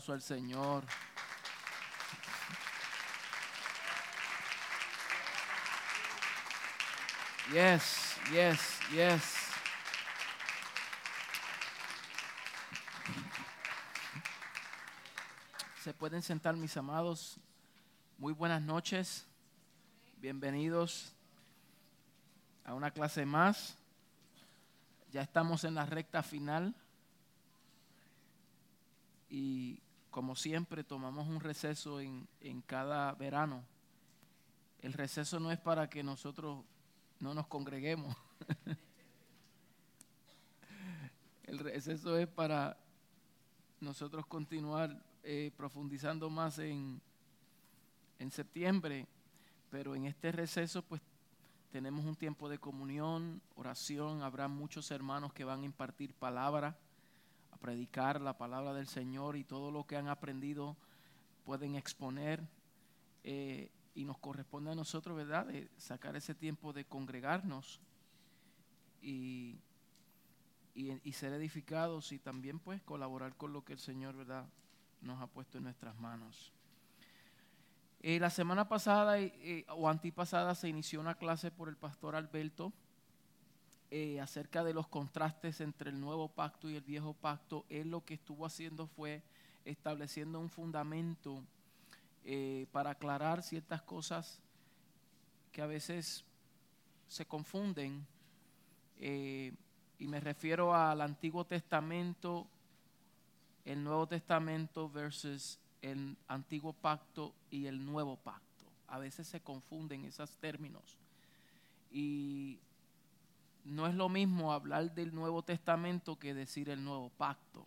Al Señor. Yes. Se pueden sentar, mis amados. Muy buenas noches. Bienvenidos a una clase más. Ya estamos en la recta final. Y como siempre, tomamos un receso en cada verano. El receso no es para que nosotros no nos congreguemos. El receso es para nosotros continuar profundizando más en septiembre. Pero en este receso, pues, tenemos un tiempo de comunión, oración. Habrá muchos hermanos que van a impartir palabra, a predicar la palabra del Señor, y todo lo que han aprendido pueden exponer, y nos corresponde a nosotros, ¿verdad?, de sacar ese tiempo de congregarnos y ser edificados, y también pues colaborar con lo que el Señor, ¿verdad?, nos ha puesto en nuestras manos. La semana pasada o antipasada se inició una clase por el pastor Alberto acerca de los contrastes entre el nuevo pacto y el viejo pacto. Él lo que estuvo haciendo fue estableciendo un fundamento para aclarar ciertas cosas que a veces se confunden, y me refiero al Antiguo Testamento, el Nuevo Testamento versus el Antiguo Pacto y el Nuevo Pacto. A veces se confunden esos términos, y no es lo mismo hablar del Nuevo Testamento que decir el Nuevo Pacto.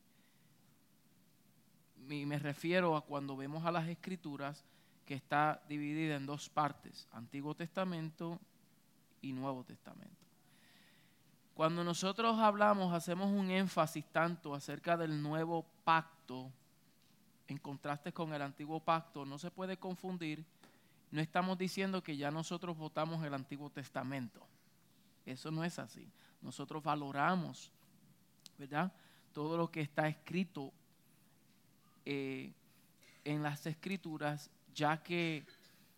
Y me refiero a cuando vemos a las Escrituras, que está dividida en dos partes: Antiguo Testamento y Nuevo Testamento. Cuando nosotros hablamos, hacemos un énfasis tanto acerca del Nuevo Pacto en contraste con el Antiguo Pacto. No se puede confundir. No estamos diciendo que ya nosotros votamos el Antiguo Testamento. Eso no es así. Nosotros valoramos, ¿verdad?, todo lo que está escrito en las Escrituras, ya que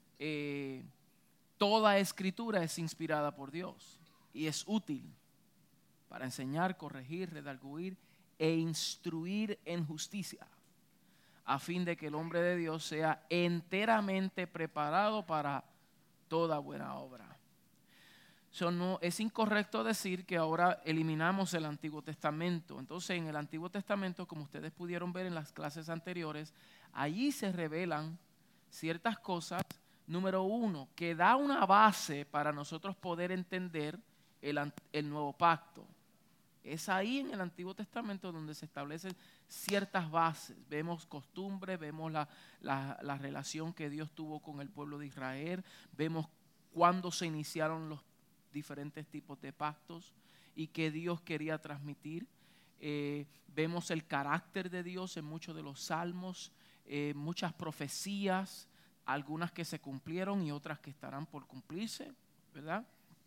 toda Escritura es inspirada por Dios y es útil para enseñar, corregir, redarguir e instruir en justicia, a fin de que el hombre de Dios sea enteramente preparado para toda buena obra. No, es incorrecto decir que ahora eliminamos el Antiguo Testamento. Entonces, en el Antiguo Testamento, como ustedes pudieron ver en las clases anteriores, allí se revelan ciertas cosas. Número uno, que da una base para nosotros poder entender el Nuevo Pacto. Es ahí en el Antiguo Testamento donde se establecen ciertas bases. Vemos costumbres, vemos la relación que Dios tuvo con el pueblo de Israel, vemos cuándo se iniciaron los diferentes tipos de pactos y que Dios quería transmitir. Vemos el carácter de Dios en muchos de los salmos, muchas profecías, algunas que se cumplieron y otras que estarán por cumplirse, ¿verdad?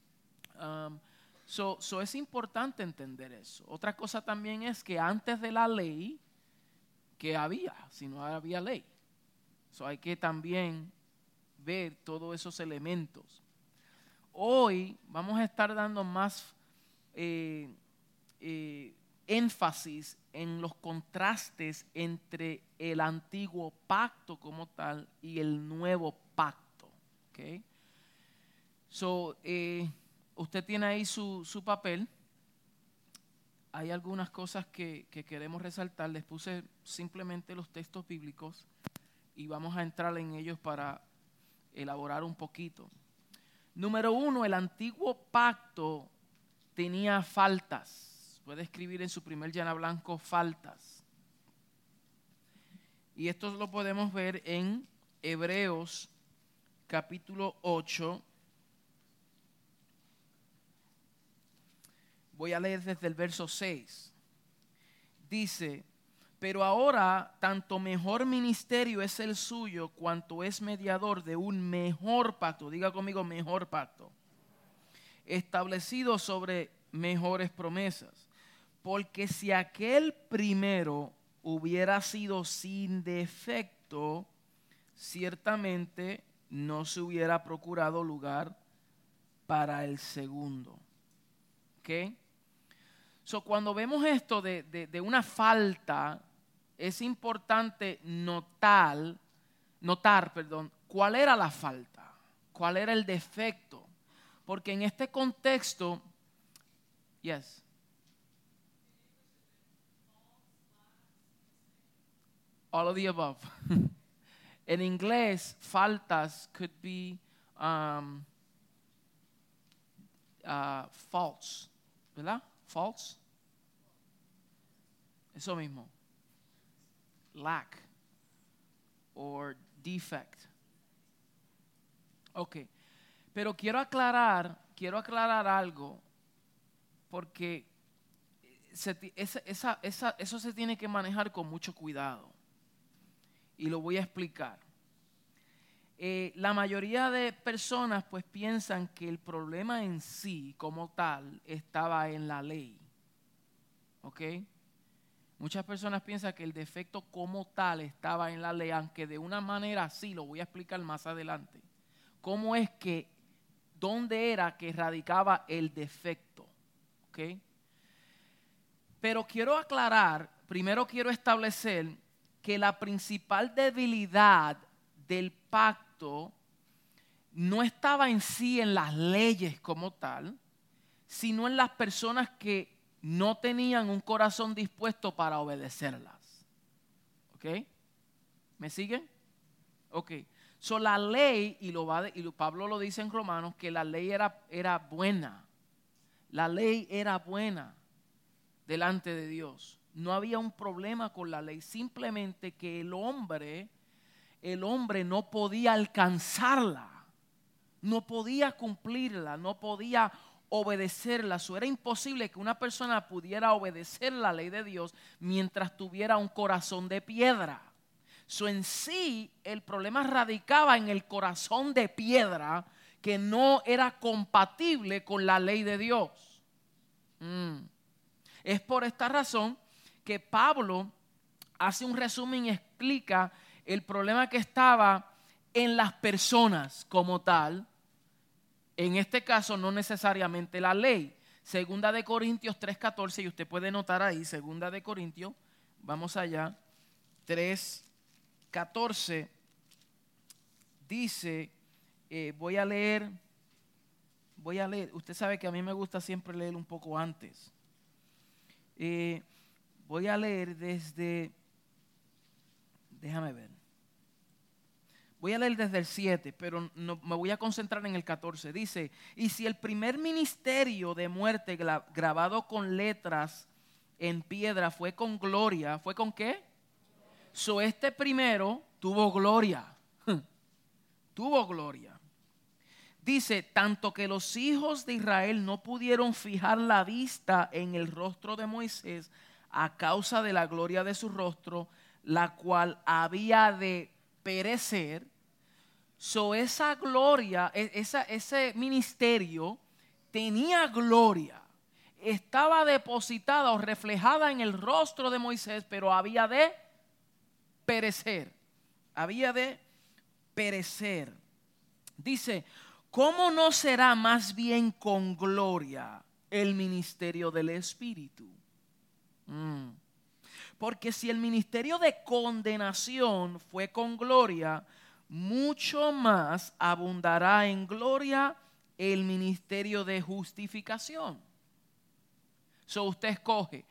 Es importante entender eso. Otra cosa también es que antes de la ley, ¿qué había? Si no había ley. Hay que también ver todos esos elementos. Hoy vamos a estar dando más énfasis en los contrastes entre el antiguo pacto como tal y el nuevo pacto. ¿Okay? Usted tiene ahí su papel. Hay algunas cosas que queremos resaltar. Les puse simplemente los textos bíblicos y vamos a entrar en ellos para elaborar un poquito. Número uno, el antiguo pacto tenía faltas. Puede escribir en su primer llana blanco faltas. Y esto lo podemos ver en Hebreos capítulo 8. Voy a leer desde el verso 6. Dice: pero ahora tanto mejor ministerio es el suyo, cuanto es mediador de un mejor pacto. Diga conmigo, mejor pacto. Establecido sobre mejores promesas. Porque si aquel primero hubiera sido sin defecto, ciertamente no se hubiera procurado lugar para el segundo. ¿Ok? So, cuando vemos esto de una falta, es importante notar, cuál era la falta, cuál era el defecto. Porque en este contexto, yes. All of the above. En inglés, faltas could be faults, ¿verdad? Faults. Eso mismo. Lack or defect. Ok. Pero quiero aclarar algo, porque eso se tiene que manejar con mucho cuidado. Y lo voy a explicar. La mayoría de personas pues piensan que el problema en sí como tal estaba en la ley. ¿Ok? Muchas personas piensan que el defecto como tal estaba en la ley, aunque de una manera sí, lo voy a explicar más adelante. ¿Cómo es que, dónde era que radicaba el defecto? ¿Ok? Pero quiero aclarar, primero quiero establecer que la principal debilidad del pacto no estaba en sí en las leyes como tal, sino en las personas que no tenían un corazón dispuesto para obedecerlas. ¿Ok? ¿Me siguen? Ok. So, la ley, Pablo lo dice en Romanos, que la ley era buena. La ley era buena delante de Dios. No había un problema con la ley, simplemente que el hombre no podía alcanzarla, no podía cumplirla, no podía obedecerla. Eso era imposible que una persona pudiera obedecer la ley de Dios mientras tuviera un corazón de piedra. So, en sí, el problema radicaba en el corazón de piedra que no era compatible con la ley de Dios. Es por esta razón que Pablo hace un resumen y explica el problema que estaba en las personas como tal. En este caso, no necesariamente la ley. Segunda de Corintios 3:14, y usted puede notar ahí, Segunda de Corintios, vamos allá, 3:14, dice, voy a leer, usted sabe que a mí me gusta siempre leer un poco antes. Voy a leer voy a leer desde el 7, pero no, me voy a concentrar en el 14. Dice, y si el primer ministerio de muerte grabado con letras en piedra fue con gloria, ¿fue con qué? So, este primero tuvo gloria. Tuvo gloria. Dice, tanto que los hijos de Israel no pudieron fijar la vista en el rostro de Moisés a causa de la gloria de su rostro, la cual había de perecer. So, esa gloria, ese ministerio tenía gloria, estaba depositada o reflejada en el rostro de Moisés, pero había de perecer. Había de perecer. Dice, ¿cómo no será más bien con gloria el ministerio del Espíritu? Porque si el ministerio de condenación fue con gloria, mucho más abundará en gloria el ministerio de justificación. So, usted escoge.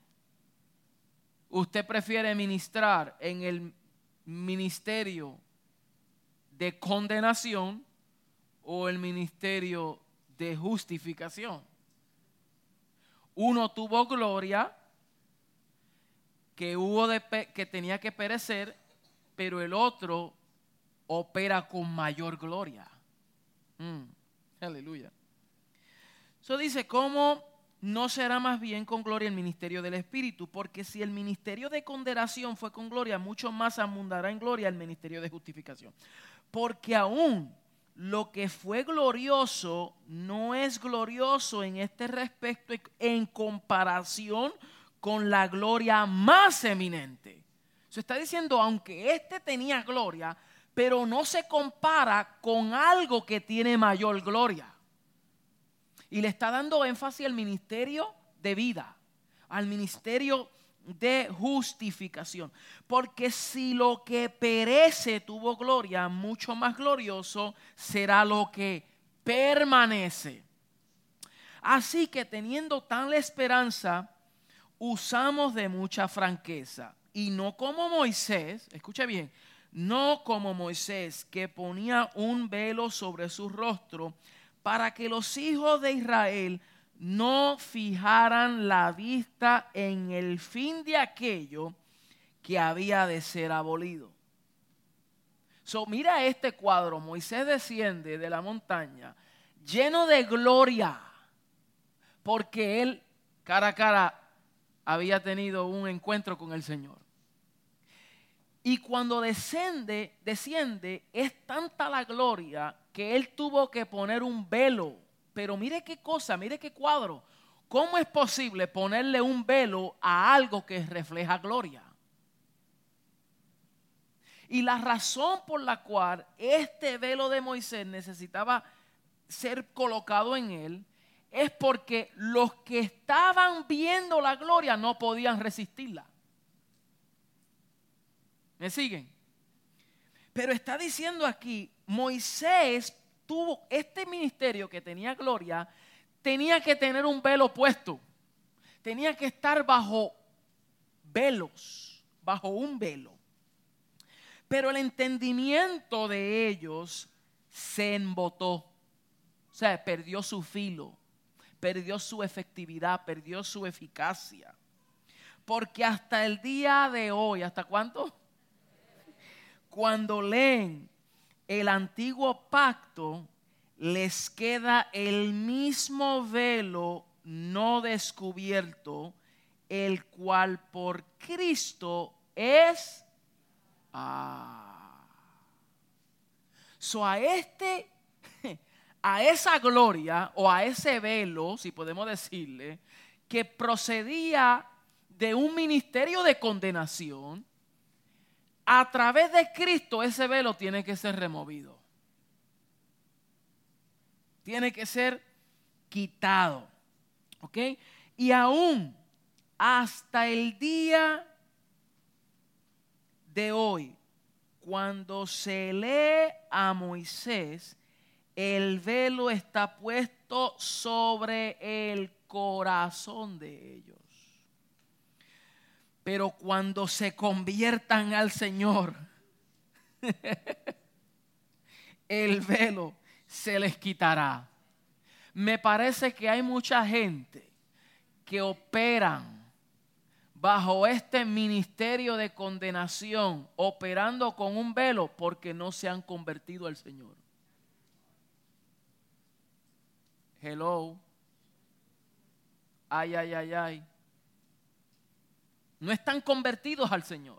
¿Usted prefiere ministrar en el ministerio de condenación o el ministerio de justificación? Uno tuvo gloria que tenía que perecer, pero el otro opera con mayor gloria. Aleluya. Eso dice, ¿cómo no será más bien con gloria el ministerio del Espíritu? Porque si el ministerio de condenación fue con gloria, mucho más abundará en gloria el ministerio de justificación. Porque aún lo que fue glorioso no es glorioso en este respecto en comparación con la gloria más eminente. Se está diciendo, aunque este tenía gloria, pero no se compara con algo que tiene mayor gloria. Y le está dando énfasis al ministerio de vida, al ministerio de justificación. Porque si lo que perece tuvo gloria, mucho más glorioso será lo que permanece. Así que teniendo tal esperanza, usamos de mucha franqueza. Y no como Moisés, escuche bien, no como Moisés, que ponía un velo sobre su rostro para que los hijos de Israel no fijaran la vista en el fin de aquello que había de ser abolido. Mira este cuadro. Moisés desciende de la montaña lleno de gloria, porque él cara a cara había tenido un encuentro con el Señor. Y cuando desciende, es tanta la gloria que él tuvo que poner un velo. Pero mire qué cosa, mire qué cuadro. ¿Cómo es posible ponerle un velo a algo que refleja gloria? Y la razón por la cual este velo de Moisés necesitaba ser colocado en él es porque los que estaban viendo la gloria no podían resistirla. ¿Me siguen? Pero está diciendo aquí, Moisés tuvo este ministerio que tenía gloria, tenía que tener un velo puesto, tenía que estar bajo velos, bajo un velo. Pero el entendimiento de ellos se embotó, o sea, perdió su filo, perdió su efectividad, perdió su eficacia. Porque hasta el día de hoy, ¿hasta cuánto? Cuando leen el antiguo pacto, les queda el mismo velo no descubierto, el cual por Cristo es a esa gloria o a ese velo, si podemos decirle, que procedía de un ministerio de condenación. A través de Cristo ese velo tiene que ser removido. Tiene que ser quitado. ¿Ok? Y aún hasta el día de hoy, cuando se lee a Moisés, el velo está puesto sobre el corazón de ellos. Pero cuando se conviertan al Señor, el velo se les quitará. Me parece que hay mucha gente que operan bajo este ministerio de condenación, operando con un velo porque no se han convertido al Señor. Hello. Ay, ay, ay, ay. No están convertidos al Señor.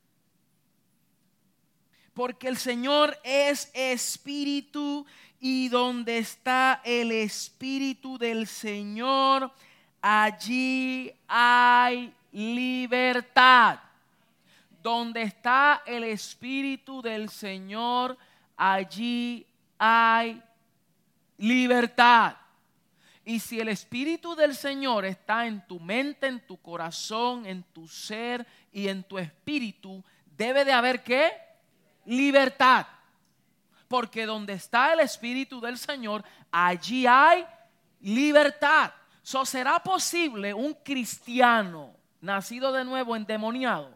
Porque el Señor es espíritu y donde está el espíritu del Señor, allí hay libertad. Donde está el espíritu del Señor, allí hay libertad. Y si el Espíritu del Señor está en tu mente, en tu corazón, en tu ser y en tu espíritu, debe de haber ¿qué? Libertad. Porque donde está el Espíritu del Señor, allí hay libertad. ¿Será posible un cristiano nacido de nuevo endemoniado?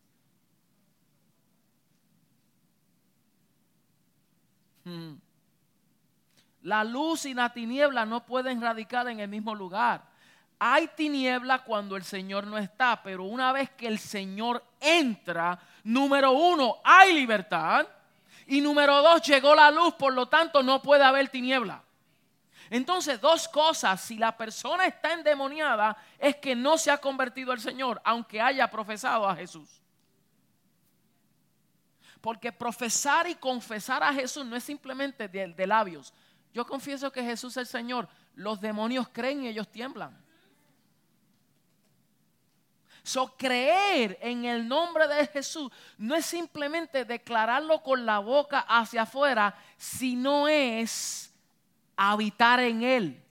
La luz y la tiniebla no pueden radicar en el mismo lugar. Hay tiniebla cuando el Señor no está, pero una vez que el Señor entra, número uno, hay libertad. Y número dos, llegó la luz, por lo tanto no puede haber tiniebla. Entonces, dos cosas: si la persona está endemoniada, es que no se ha convertido al Señor, aunque haya profesado a Jesús. Porque profesar y confesar a Jesús no es simplemente de labios. Yo confieso que Jesús es el Señor. Los demonios creen y ellos tiemblan. Creer en el nombre de Jesús no es simplemente declararlo con la boca hacia afuera, sino es habitar en Él.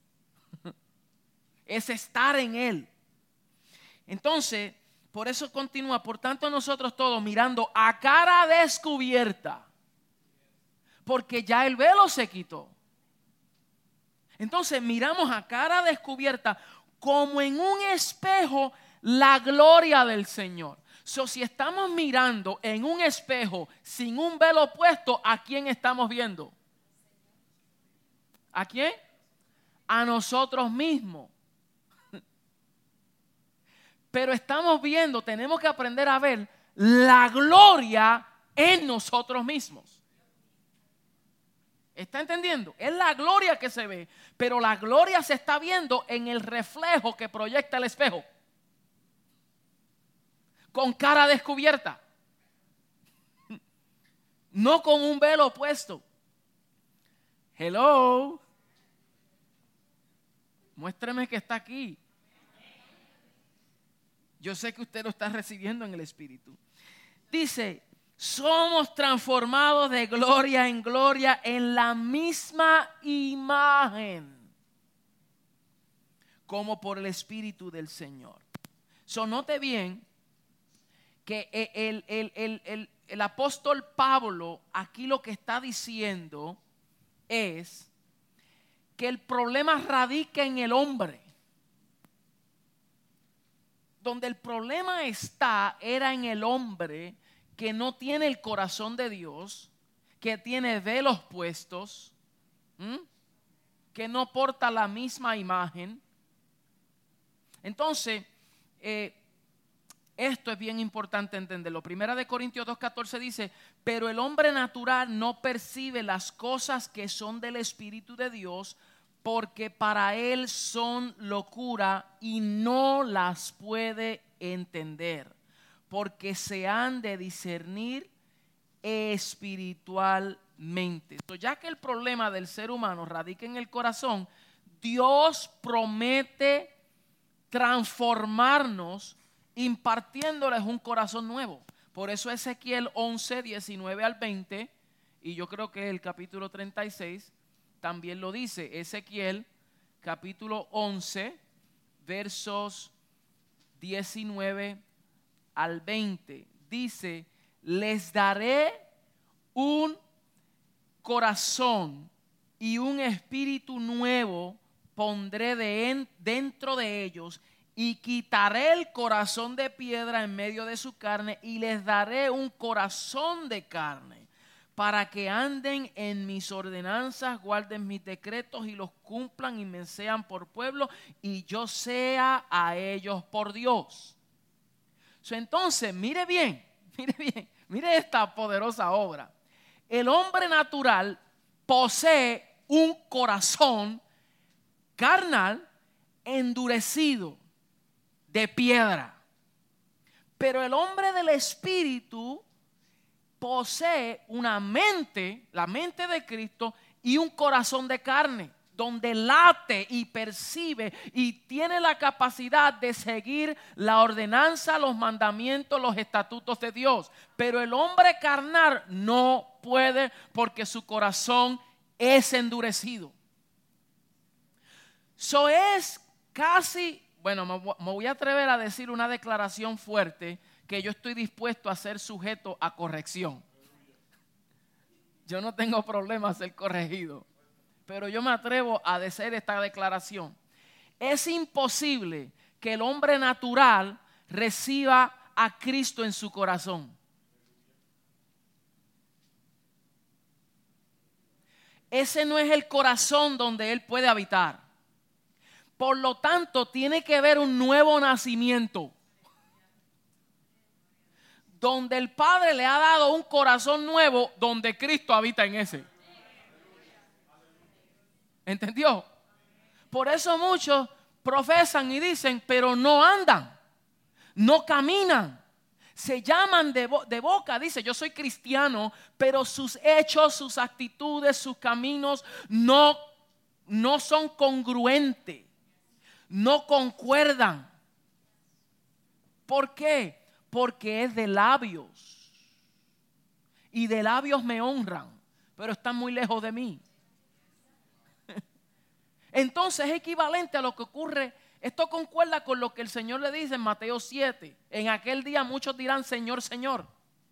Es estar en Él. Entonces, por eso continúa, por tanto nosotros todos mirando a cara descubierta, porque ya el velo se quitó. Entonces miramos a cara descubierta como en un espejo la gloria del Señor. Si estamos mirando en un espejo sin un velo puesto, ¿a quién estamos viendo? ¿A quién? A nosotros mismos. Pero estamos viendo, tenemos que aprender a ver la gloria en nosotros mismos. ¿Está entendiendo? Es la gloria que se ve, pero la gloria se está viendo en el reflejo que proyecta el espejo. Con cara descubierta. No con un velo puesto. Hello. Muéstreme que está aquí. Yo sé que usted lo está recibiendo en el Espíritu. Dice, somos transformados de gloria en gloria en la misma imagen, como por el Espíritu del Señor. Note bien que el apóstol Pablo aquí lo que está diciendo es que el problema radica en el hombre. Donde el problema era en el hombre que no tiene el corazón de Dios, que tiene velos puestos, que no porta la misma imagen. Entonces, esto es bien importante entenderlo. Primera de Corintios 2:14 dice, pero el hombre natural no percibe las cosas que son del Espíritu de Dios, porque para él son locura y no las puede entender, porque se han de discernir espiritualmente. Ya que el problema del ser humano radica en el corazón, Dios promete transformarnos impartiéndoles un corazón nuevo. Por eso Ezequiel 11, 19 al 20, y yo creo que el capítulo 36 también lo dice. Ezequiel capítulo 11 versos 19 al 20 dice, les daré un corazón y un espíritu nuevo pondré dentro de ellos y quitaré el corazón de piedra en medio de su carne y les daré un corazón de carne, para que anden en mis ordenanzas, guarden mis decretos y los cumplan y me sean por pueblo y yo sea a ellos por Dios. Entonces, mire esta poderosa obra. El hombre natural posee un corazón carnal endurecido de piedra, pero el hombre del Espíritu posee una mente, la mente de Cristo, y un corazón de carne, donde late y percibe y tiene la capacidad de seguir la ordenanza, los mandamientos, los estatutos de Dios. Pero el hombre carnal no puede porque su corazón es endurecido. Es casi, me voy a atrever a decir una declaración fuerte, que yo estoy dispuesto a ser sujeto a corrección. Yo no tengo problema a ser corregido, pero yo me atrevo a decir esta declaración. Es imposible que el hombre natural reciba a Cristo en su corazón. Ese no es el corazón donde Él puede habitar. Por lo tanto, tiene que haber un nuevo nacimiento, donde el Padre le ha dado un corazón nuevo, donde Cristo habita en ese. ¿Entendió? Por eso muchos profesan y dicen, pero no andan, no caminan. Se llaman de boca, dice, yo soy cristiano, pero sus hechos, sus actitudes, sus caminos no son congruentes, no concuerdan. ¿Por qué? Porque es de labios. Y de labios me honran, pero están muy lejos de mí. Entonces es equivalente a lo que ocurre. Esto concuerda con lo que el Señor le dice en Mateo 7. En aquel día muchos dirán, Señor, Señor,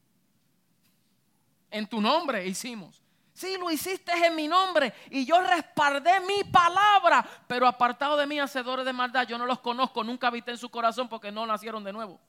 en tu nombre hicimos. Sí, lo hiciste en mi nombre y yo respaldé mi palabra, pero apartado de mí, hacedores de maldad, yo no los conozco, nunca habité en su corazón porque no nacieron de nuevo.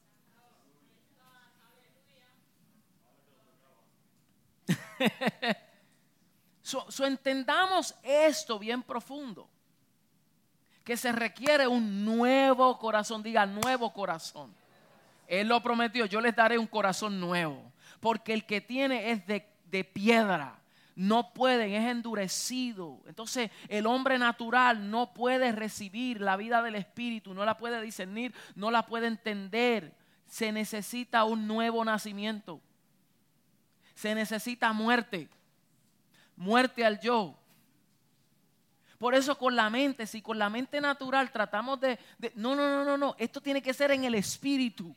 Entendamos esto bien profundo, que se requiere un nuevo corazón. Diga, nuevo corazón. Él lo prometió, yo les daré un corazón nuevo, porque el que tiene es de piedra. No pueden, es endurecido. Entonces el hombre natural no puede recibir la vida del Espíritu, no la puede discernir, no la puede entender. Se necesita un nuevo nacimiento. Se necesita muerte al yo. Por eso con la mente, si con la mente natural tratamos no, esto tiene que ser en el Espíritu.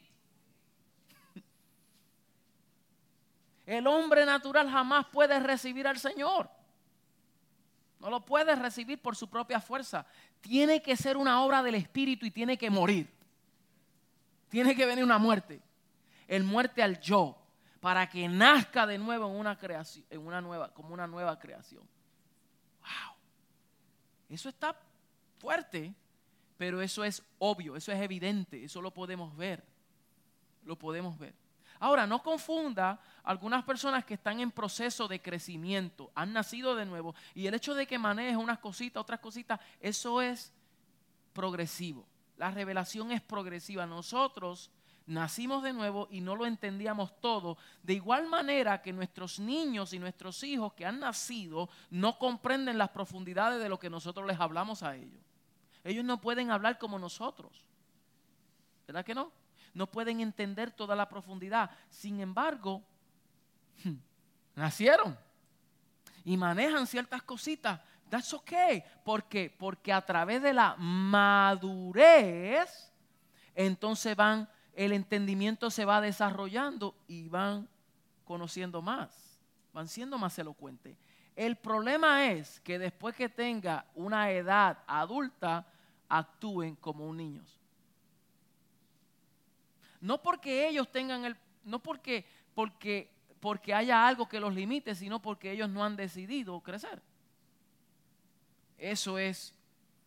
El hombre natural jamás puede recibir al Señor. No lo puede recibir por su propia fuerza. Tiene que ser una obra del Espíritu y tiene que morir. Tiene que venir una muerte. El muerte al yo, para que nazca de nuevo en una creación, como una nueva creación. Wow. Eso está fuerte, pero eso es obvio, eso es evidente, eso lo podemos ver. Lo podemos ver. Ahora, no confunda algunas personas que están en proceso de crecimiento, han nacido de nuevo, y el hecho de que maneje unas cositas, otras cositas, eso es progresivo. La revelación es progresiva. Nosotros nacimos de nuevo y no lo entendíamos todo. De igual manera que nuestros niños y nuestros hijos que han nacido no comprenden las profundidades de lo que nosotros les hablamos a ellos. Ellos no pueden hablar como nosotros. ¿Verdad que no? No pueden entender toda la profundidad. Sin embargo, nacieron y manejan ciertas cositas. That's okay. ¿Por qué? Porque a través de la madurez, entonces el entendimiento se va desarrollando y van conociendo más, van siendo más elocuentes. El problema es que después que tenga una edad adulta, actúen como un niños. No porque ellos tengan no porque haya algo que los limite, sino porque ellos no han decidido crecer. Eso es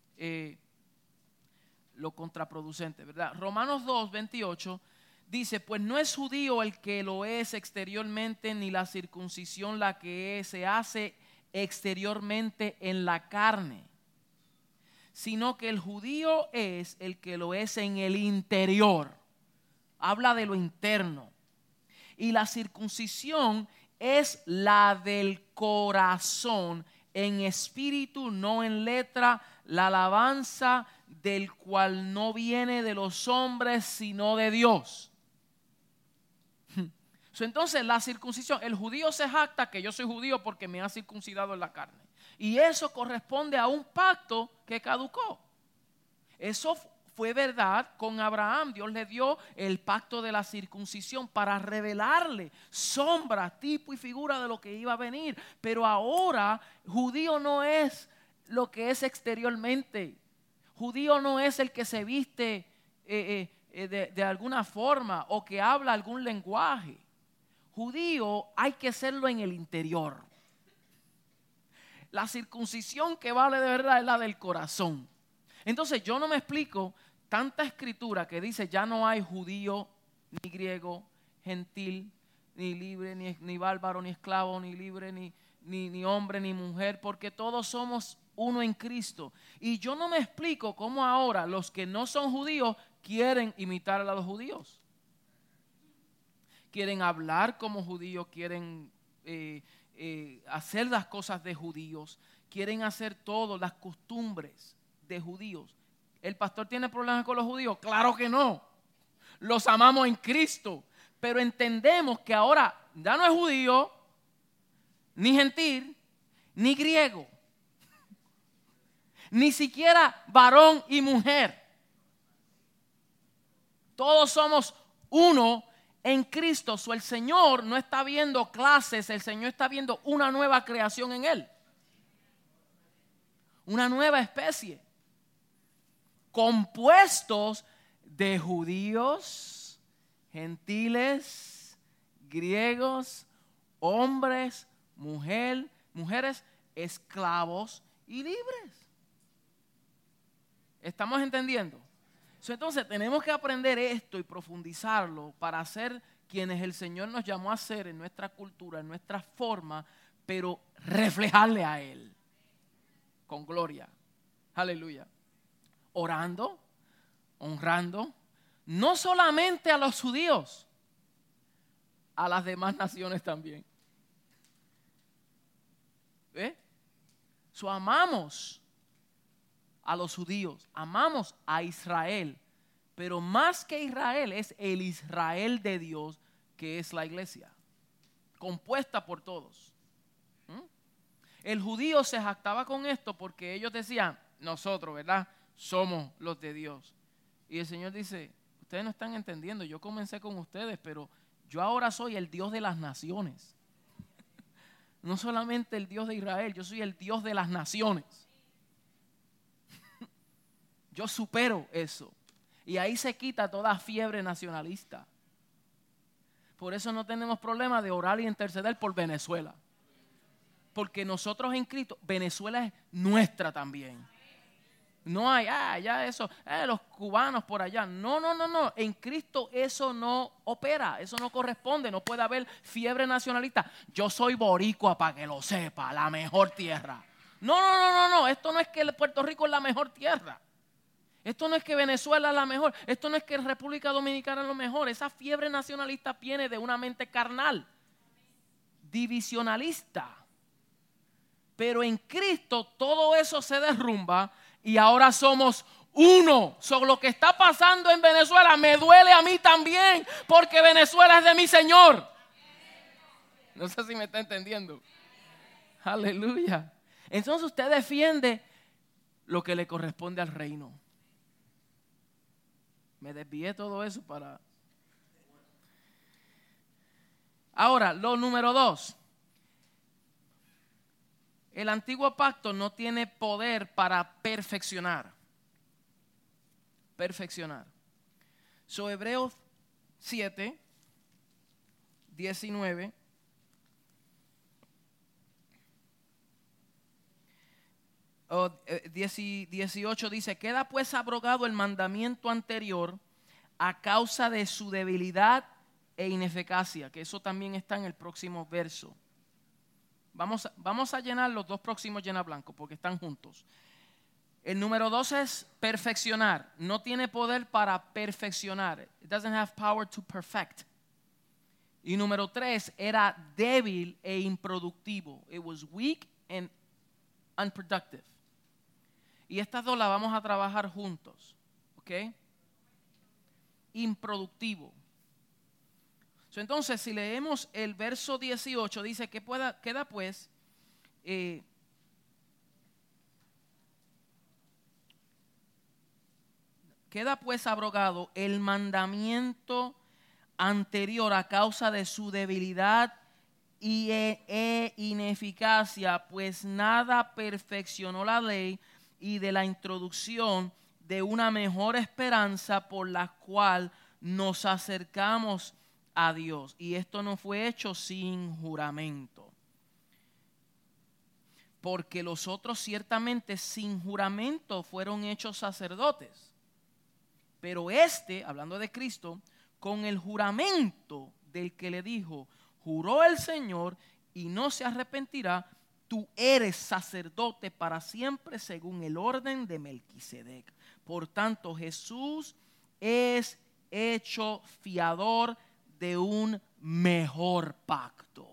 lo contraproducente, ¿verdad? Romanos 2:28 dice, pues no es judío el que lo es exteriormente, ni la circuncisión la que se hace exteriormente en la carne, sino que el judío es el que lo es en el interior. Habla de lo interno. Y la circuncisión es la del corazón, en espíritu, no en letra, la alabanza del cual no viene de los hombres, sino de Dios. Entonces la circuncisión, el judío se jacta que yo soy judío porque me ha circuncidado en la carne. Y eso corresponde a un pacto que caducó. Eso fue verdad con Abraham. Dios le dio el pacto de la circuncisión para revelarle sombra, tipo y figura de lo que iba a venir. Pero ahora judío no es lo que es exteriormente. Judío no es el que se viste de alguna forma o que habla algún lenguaje. Judío hay que serlo en el interior. La circuncisión que vale de verdad es la del corazón. Entonces yo no me explico tanta escritura que dice ya no hay judío, ni griego, gentil, ni libre, ni bárbaro, ni esclavo, ni libre, ni hombre, ni mujer, porque todos somos uno en Cristo. Y yo no me explico cómo ahora los que no son judíos quieren imitar a los judíos. Quieren hablar como judíos, quieren hacer las cosas de judíos, quieren hacer todo, las costumbres de judíos. ¿El pastor tiene problemas con los judíos? Claro que no. Los amamos en Cristo. Pero entendemos que ahora ya no es judío, ni gentil, ni griego. Ni siquiera varón y mujer. Todos somos uno en Cristo. El Señor no está viendo clases, el Señor está viendo una nueva creación en Él. Una nueva especie. Compuestos de judíos, gentiles, griegos, hombres, mujeres, esclavos y libres. ¿Estamos entendiendo? Entonces tenemos que aprender esto y profundizarlo para ser quienes el Señor nos llamó a ser en nuestra cultura, en nuestra forma, pero reflejarle a Él con gloria. Aleluya. Orando, honrando, no solamente a los judíos, a las demás naciones también. Amamos a los judíos, amamos a Israel, pero más que Israel es el Israel de Dios, que es la iglesia, compuesta por todos. El judío se jactaba con esto porque ellos decían, nosotros, ¿verdad? Somos los de Dios. Y el Señor dice, ustedes no están entendiendo, yo comencé con ustedes, pero yo ahora soy el Dios de las naciones. No solamente el Dios de Israel, yo soy el Dios de las naciones. Yo supero eso. Y ahí se quita toda fiebre nacionalista. Por eso no tenemos problema de orar y interceder por Venezuela. Porque nosotros en Cristo, Venezuela es nuestra también. No hay, ya eso, los cubanos por allá. No. En Cristo eso no opera, eso no corresponde. No puede haber fiebre nacionalista. Yo soy boricua, para que lo sepa, la mejor tierra. No. Esto no es que Puerto Rico es la mejor tierra. Esto no es que Venezuela es la mejor. Esto no es que República Dominicana es lo mejor. Esa fiebre nacionalista viene de una mente carnal, divisionalista. Pero en Cristo todo eso se derrumba y ahora somos uno. Lo que está pasando en Venezuela me duele a mí también, porque Venezuela es de mi Señor. No sé si me está entendiendo. Aleluya. Entonces usted defiende lo que le corresponde al reino. Me desvié todo eso para... Ahora, lo número 2. El antiguo pacto no tiene poder para perfeccionar. Hebreos 7, 19. 18 dice, queda pues abrogado el mandamiento anterior a causa de su debilidad e ineficacia, que eso también está en el próximo verso. Vamos a llenar los dos próximos llena blanco porque están juntos. El número 2 es perfeccionar. No tiene poder para perfeccionar. It doesn't have power to perfect. Y número 3 era débil e improductivo. It was weak and unproductive. Y estas dos las vamos a trabajar juntos. ¿Ok? Improductivo. Entonces, si leemos el verso 18, dice que queda pues abrogado el mandamiento anterior a causa de su debilidad e ineficacia, pues nada perfeccionó la ley y de la introducción de una mejor esperanza por la cual nos acercamos a Dios. Y esto no fue hecho sin juramento. Porque los otros ciertamente sin juramento fueron hechos sacerdotes. Pero hablando de Cristo, con el juramento del que le dijo, juró el Señor y no se arrepentirá, tú eres sacerdote para siempre según el orden de Melquisedec. Por tanto, Jesús es hecho fiador de un mejor pacto.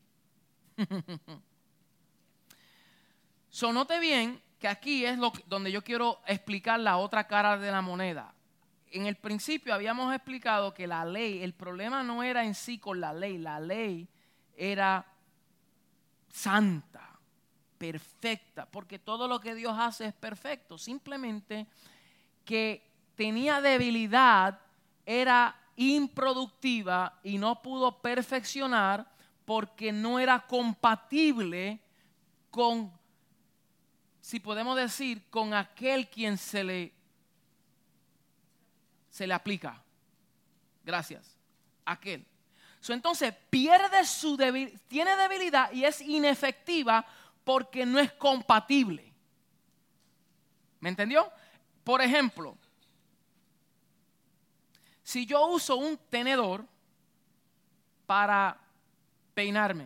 Note bien que aquí es donde yo quiero explicar la otra cara de la moneda. En el principio habíamos explicado que la ley, el problema no era en sí con la ley era santa, perfecta, porque todo lo que Dios hace es perfecto, simplemente que tenía debilidad era improductiva y no pudo perfeccionar porque no era compatible con, si podemos decir, con aquel quien se le aplica. Gracias. Aquel. Entonces pierde tiene debilidad y es inefectiva porque no es compatible. ¿Me entendió? Por ejemplo, si yo uso un tenedor para peinarme,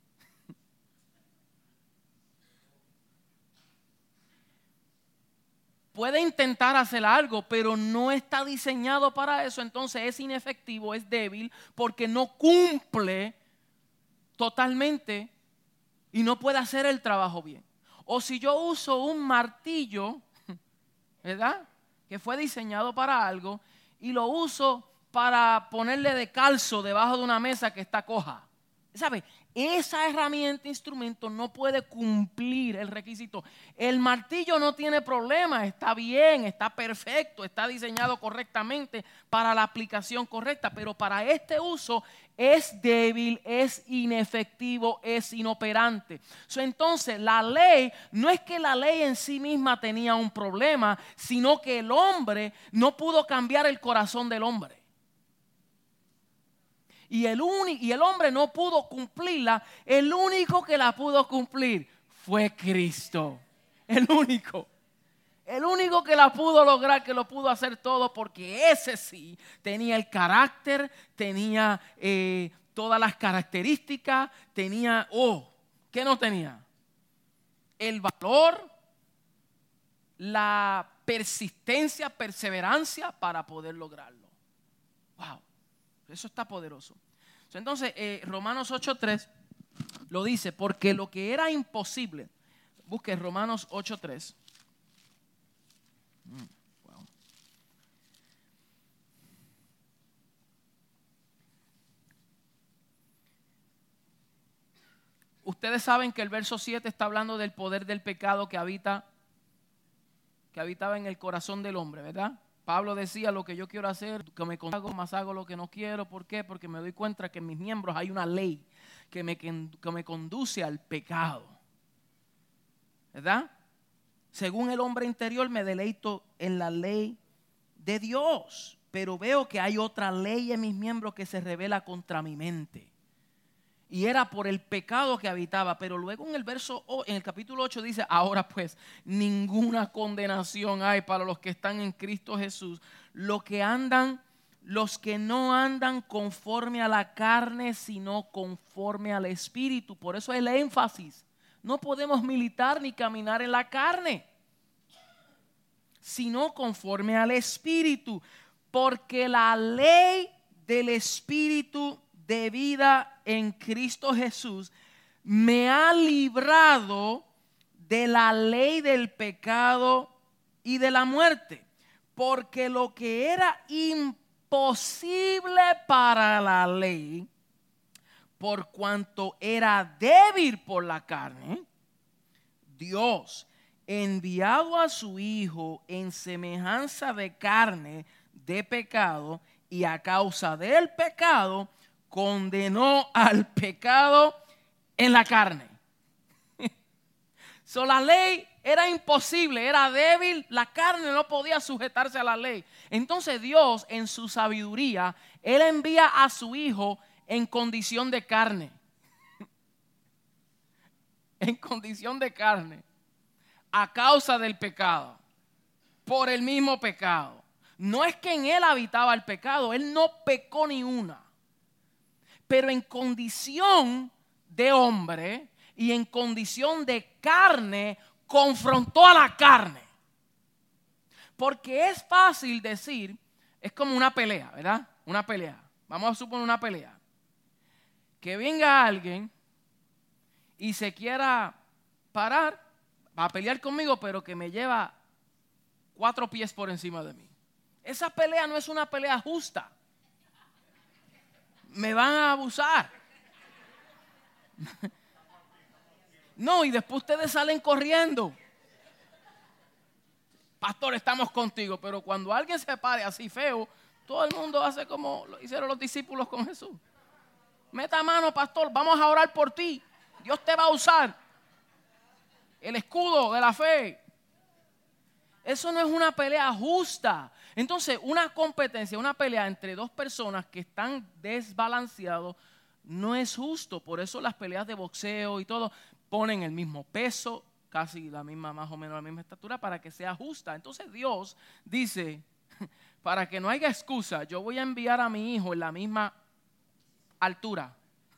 puede intentar hacer algo, pero no está diseñado para eso, entonces es inefectivo, es débil, porque no cumple totalmente y no puede hacer el trabajo bien. O si yo uso un martillo, ¿verdad?, que fue diseñado para algo, y lo uso para ponerle de calzo debajo de una mesa que está coja. ¿Sabe? Esa herramienta, instrumento, no puede cumplir el requisito. El martillo no tiene problema, está bien, está perfecto, está diseñado correctamente para la aplicación correcta, pero para este uso es débil, es inefectivo, es inoperante. Entonces, la ley, no es que la ley en sí misma tenía un problema, sino que el hombre no pudo cambiar el corazón del hombre. Y el hombre no pudo cumplirla. El único que la pudo cumplir fue Cristo. El único que la pudo lograr, que lo pudo hacer todo, porque ese sí tenía el carácter, tenía todas las características, tenía, ¿qué no tenía? El valor, la persistencia, perseverancia para poder lograrlo. Wow. Eso está poderoso. Entonces, Romanos 8:3 lo dice, porque lo que era imposible, busque Romanos 8:3. Wow. Ustedes saben que el verso 7 está hablando del poder del pecado que habitaba en el corazón del hombre, ¿verdad? Pablo decía, lo que yo quiero hacer, que me conhago, más hago lo que no quiero. ¿Por qué? Porque me doy cuenta que en mis miembros hay una ley que me conduce al pecado. ¿Verdad? Según el hombre interior me deleito en la ley de Dios, pero veo que hay otra ley en mis miembros que se revela contra mi mente. Y era por el pecado que habitaba. Pero luego en el capítulo 8 dice, ahora pues, ninguna condenación hay para los que están en Cristo Jesús. Los que no andan conforme a la carne, sino conforme al Espíritu. Por eso el énfasis. No podemos militar ni caminar en la carne, sino conforme al Espíritu. Porque la ley del Espíritu de vida en Cristo Jesús me ha librado de la ley del pecado y de la muerte, porque lo que era imposible para la ley, por cuanto era débil por la carne, Dios, enviado a su Hijo en semejanza de carne de pecado, y a causa del pecado condenó al pecado en la carne. La ley era imposible, era débil, la carne no podía sujetarse a la ley. Entonces Dios, en su sabiduría, Él envía a su Hijo en condición de carne. En condición de carne, a causa del pecado, por el mismo pecado. No es que en Él habitaba el pecado, Él no pecó ni una. Pero en condición de hombre y en condición de carne, confrontó a la carne. Porque es fácil decir, es como una pelea, ¿verdad? Una pelea. Vamos a suponer una pelea. Que venga alguien y se quiera parar a pelear conmigo, pero que me lleva 4 pies por encima de mí. Esa pelea no es una pelea justa. Me van a abusar. No, y después ustedes salen corriendo. Pastor, estamos contigo. Pero cuando alguien se pare así feo, Todo el mundo hace como lo hicieron los discípulos con Jesús. Meta mano, pastor, vamos a orar por ti. Dios te va a usar. El escudo de la fe. Eso no es una pelea justa. Entonces, una competencia, una pelea entre dos personas que están desbalanceados no es justo. Por eso las peleas de boxeo y todo ponen el mismo peso, casi la misma, más o menos la misma estatura, para que sea justa. Entonces Dios dice, para que no haya excusa, yo voy a enviar a mi hijo en la misma altura.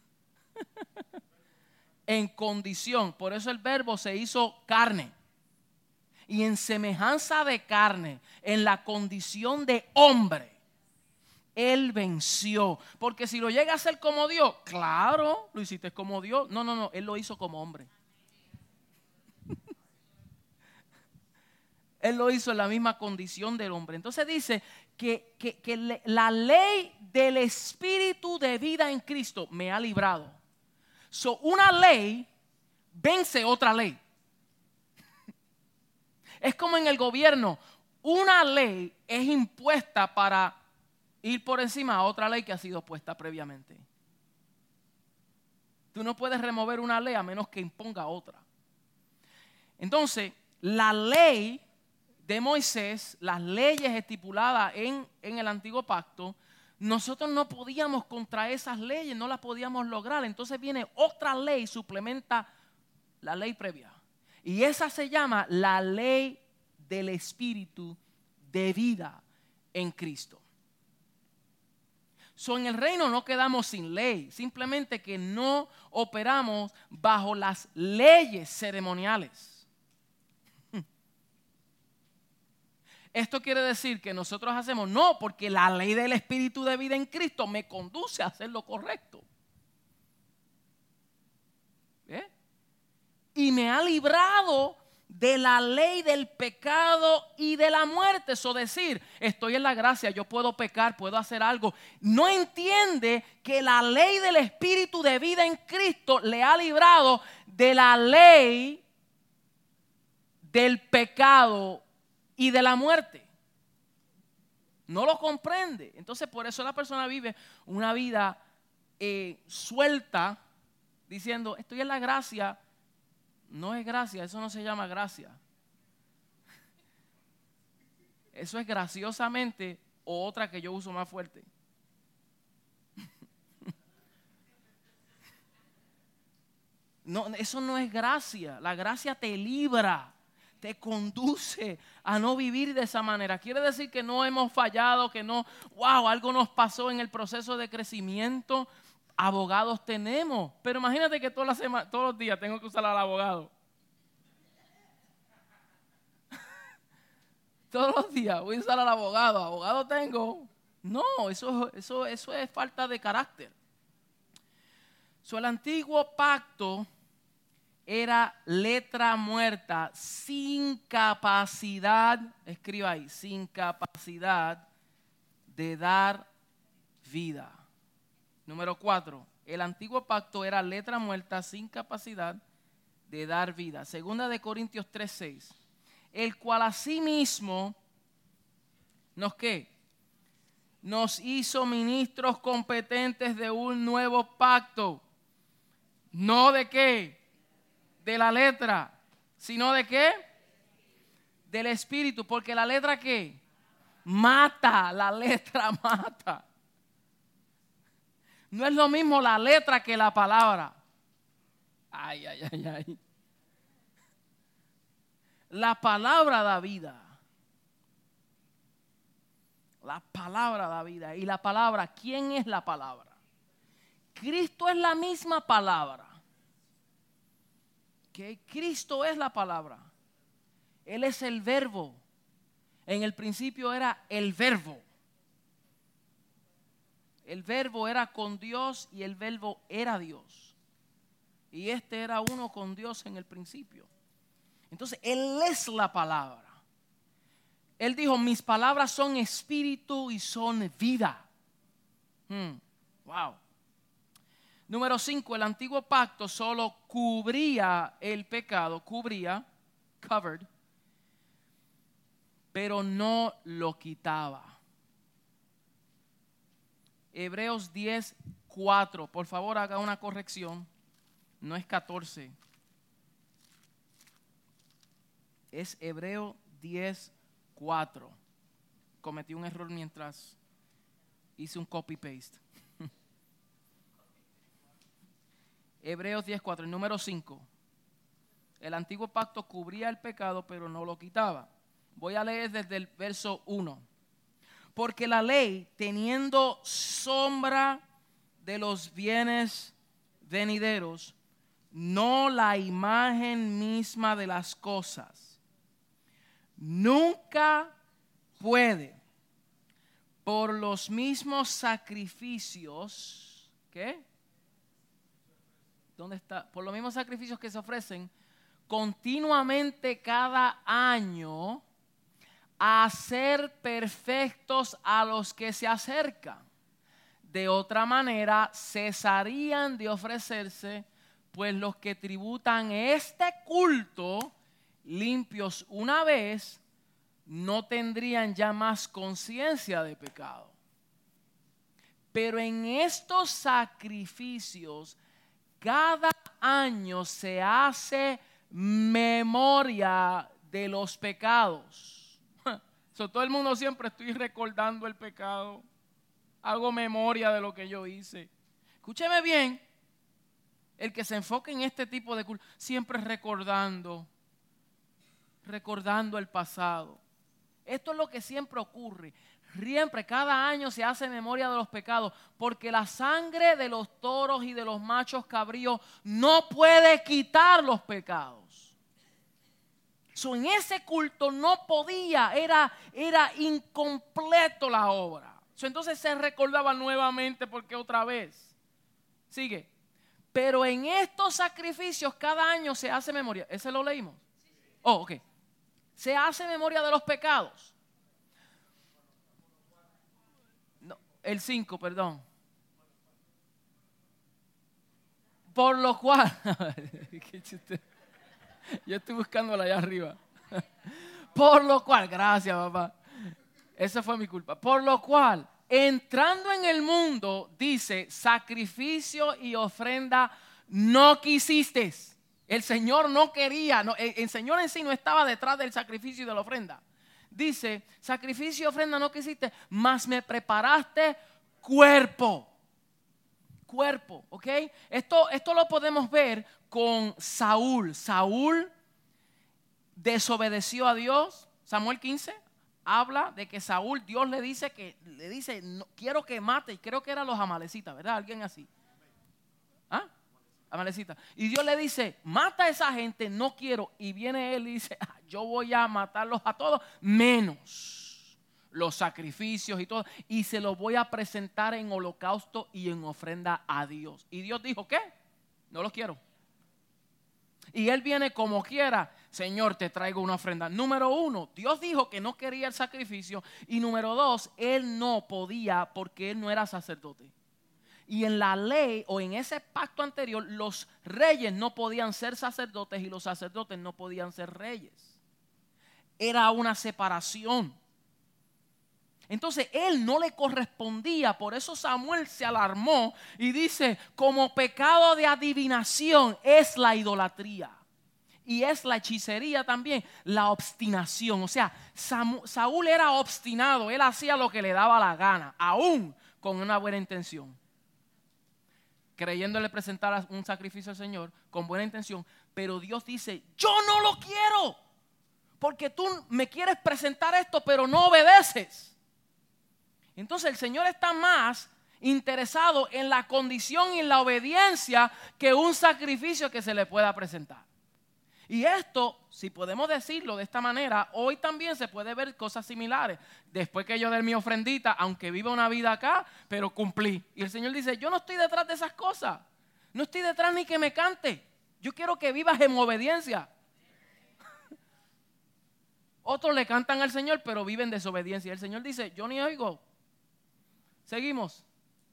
En condición. Por eso el verbo se hizo carne. Y en semejanza de carne, en la condición de hombre, Él venció. Porque si lo llega a hacer como Dios, claro, lo hiciste como Dios. No, Él lo hizo como hombre. Él lo hizo en la misma condición del hombre. Entonces dice que la ley del Espíritu de vida en Cristo me ha librado. So, una ley vence otra ley. Es como en el gobierno. Una ley es impuesta para ir por encima a otra ley que ha sido puesta previamente. Tú no puedes remover una ley a menos que imponga otra. Entonces, la ley de Moisés, las leyes estipuladas en el antiguo pacto, nosotros no podíamos contra esas leyes, no las podíamos lograr. Entonces viene otra ley, suplementa la ley previa. Y esa se llama la ley del Espíritu de vida en Cristo. So, en el reino no quedamos sin ley, simplemente que no operamos bajo las leyes ceremoniales. Esto quiere decir que nosotros hacemos, no, porque la ley del Espíritu de vida en Cristo me conduce a hacer lo correcto. Y me ha librado de la ley del pecado y de la muerte. Eso decir, estoy en la gracia, yo puedo pecar, puedo hacer algo. No entiende que la ley del Espíritu de vida en Cristo le ha librado de la ley del pecado y de la muerte. No lo comprende. Entonces por eso la persona vive una vida suelta, diciendo, estoy en la gracia. No es gracia, eso no se llama gracia. Eso es graciosamente o otra que yo uso más fuerte. No, eso no es gracia. La gracia te libra, te conduce a no vivir de esa manera. Quiere decir que no hemos fallado, que no, algo nos pasó en el proceso de crecimiento. Abogados tenemos, pero imagínate que todos los días tengo que usar al abogado. Todos los días voy a usar al abogado. Abogado tengo. No, eso es falta de carácter. El antiguo pacto era letra muerta, sin capacidad, escriba ahí, sin capacidad de dar vida. Número 4, el antiguo pacto era letra muerta sin capacidad de dar vida. Segunda de Corintios 3:6. El cual asimismo nos hizo ministros competentes de un nuevo pacto. No de qué, de la letra, sino de qué, del Espíritu. Porque la letra ¿qué? Mata, la letra mata. No es lo mismo la letra que la palabra. Ay. La palabra da vida. La palabra da vida. Y la palabra, ¿quién es la palabra? Cristo es la misma palabra. Que Cristo es la palabra. Él es el verbo. En el principio era el verbo. El verbo era con Dios y el verbo era Dios. Y este era uno con Dios en el principio. Entonces, Él es la palabra. Él dijo, mis palabras son espíritu y son vida. Wow. Número 5, el antiguo pacto solo cubría el pecado, covered, pero no lo quitaba. Hebreos 10:4. Por favor, haga una corrección. No es 14. Es Hebreos 10:4. Cometí un error mientras hice un copy-paste. Hebreos 10:4, el número 5. El antiguo pacto cubría el pecado, pero no lo quitaba. Voy a leer desde el verso 1. Porque la ley, teniendo sombra de los bienes venideros, no la imagen misma de las cosas, nunca puede, por los mismos sacrificios, ¿qué? ¿Dónde está? Por los mismos sacrificios que se ofrecen continuamente cada año, a hacer perfectos a los que se acercan. De otra manera, cesarían de ofrecerse, pues los que tributan este culto, limpios una vez, no tendrían ya más conciencia de pecado. Pero en estos sacrificios, cada año se hace memoria de los pecados. Todo el mundo siempre estoy recordando el pecado. Hago memoria de lo que yo hice. Escúcheme bien. El que se enfoque en este tipo de culto, siempre recordando el pasado. Esto es lo que siempre ocurre. Siempre, cada año se hace memoria de los pecados, porque la sangre de los toros y de los machos cabríos no puede quitar los pecados. En ese culto no podía, era incompleto la obra. Entonces se recordaba nuevamente porque otra vez. Sigue. Pero en estos sacrificios cada año se hace memoria. ¿Ese lo leímos? Oh, ok. Se hace memoria de los pecados. No, el 5, perdón. Por lo cual... Qué chiste. Yo estoy buscándola allá arriba. Por lo cual, gracias papá. Esa fue mi culpa. Por lo cual, entrando en el mundo, dice, sacrificio y ofrenda no quisiste. El Señor no quería, el Señor en sí no estaba detrás del sacrificio y de la ofrenda. Dice, sacrificio y ofrenda no quisiste, mas me preparaste cuerpo. Cuerpo, ¿ok? Esto lo podemos ver con Saúl. Saúl desobedeció a Dios. Samuel 15 habla de que Saúl, Dios le dice, no, quiero que mate, y creo que eran los amalecitas, ¿verdad? Alguien así. ¿Ah? Amalecitas. Y Dios le dice, mata a esa gente, no quiero. Y viene él y dice, yo voy a matarlos a todos, menos los sacrificios y todo, y se los voy a presentar en holocausto y en ofrenda a Dios. Y Dios dijo, ¿qué? No los quiero. Y él viene como quiera, Señor, te traigo una ofrenda. Número 1, Dios dijo que no quería el sacrificio. Y número 2, él no podía porque él no era sacerdote. Y en la ley o en ese pacto anterior, los reyes no podían ser sacerdotes y los sacerdotes no podían ser reyes. Era una separación. Entonces él no le correspondía, por eso Samuel se alarmó y dice, como pecado de adivinación es la idolatría y es la hechicería también, la obstinación. O sea, Saúl era obstinado, él hacía lo que le daba la gana, aún con una buena intención, creyéndole presentar un sacrificio al Señor con buena intención, pero Dios dice, yo no lo quiero, porque tú me quieres presentar esto, pero no obedeces. Entonces el Señor está más interesado en la condición y en la obediencia que un sacrificio que se le pueda presentar. Y esto, si podemos decirlo de esta manera, hoy también se puede ver cosas similares. Después que yo dé mi ofrendita, aunque viva una vida acá, pero cumplí. Y el Señor dice, yo no estoy detrás de esas cosas. No estoy detrás ni que me cante. Yo quiero que vivas en obediencia. Otros le cantan al Señor, pero viven en desobediencia. Y el Señor dice, yo ni oigo. Seguimos.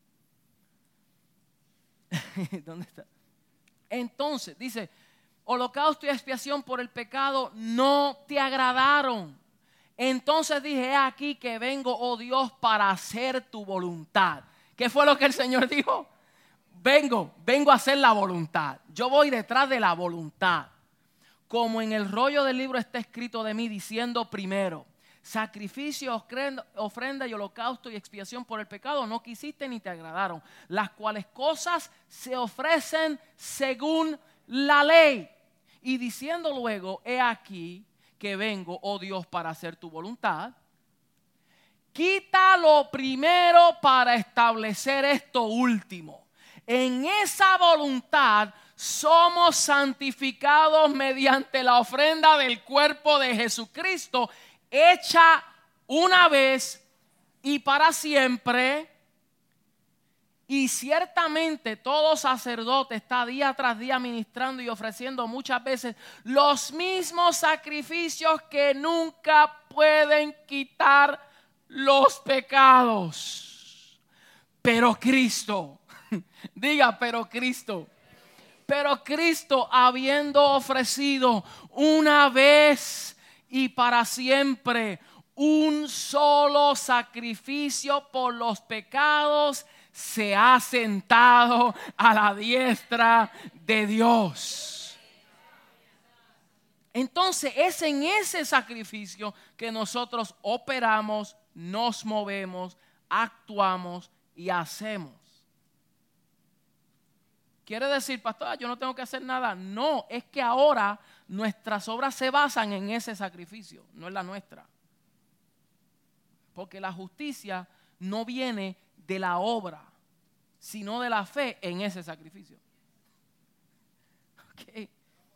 ¿Dónde está? Entonces, dice, holocausto y expiación por el pecado no te agradaron. Entonces dije, he aquí que vengo, oh Dios, para hacer tu voluntad. ¿Qué fue lo que el Señor dijo? Vengo a hacer la voluntad. Yo voy detrás de la voluntad. Como en el rollo del libro está escrito de mí, diciendo primero: sacrificio, ofrenda y holocausto y expiación por el pecado no quisiste ni te agradaron, las cuales cosas se ofrecen según la ley. Y diciendo luego: he aquí que vengo, oh Dios, para hacer tu voluntad. Quita lo primero para establecer esto último. En esa voluntad somos santificados mediante la ofrenda del cuerpo de Jesucristo, hecha una vez y para siempre. Y ciertamente todo sacerdote está día tras día ministrando y ofreciendo muchas veces los mismos sacrificios que nunca pueden quitar los pecados. Pero Cristo, diga, pero Cristo, habiendo ofrecido una vez y para siempre un solo sacrificio por los pecados, se ha sentado a la diestra de Dios. Entonces es en ese sacrificio que nosotros operamos, nos movemos, actuamos y hacemos. ¿Quiere decir, pastor, yo no tengo que hacer nada? No, es que ahora nuestras obras se basan en ese sacrificio, no en la nuestra. Porque la justicia no viene de la obra, sino de la fe en ese sacrificio. Okay.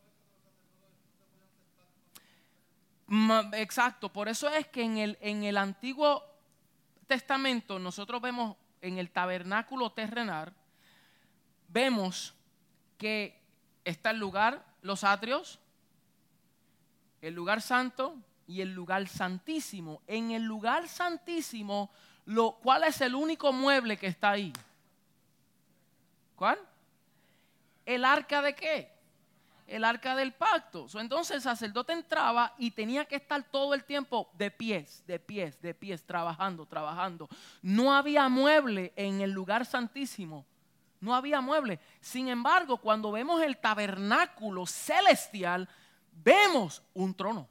Exacto, por eso es que en el Antiguo Testamento nosotros vemos en el tabernáculo terrenal, vemos que está el lugar, los atrios, el lugar santo y el lugar santísimo. En el lugar santísimo, ¿cuál es el único mueble que está ahí? ¿Cuál? ¿El arca de qué? El arca del pacto. Entonces el sacerdote entraba y tenía que estar todo el tiempo de pies, trabajando. No había mueble en el lugar santísimo. No había mueble. Sin embargo, cuando vemos el tabernáculo celestial, vemos un trono.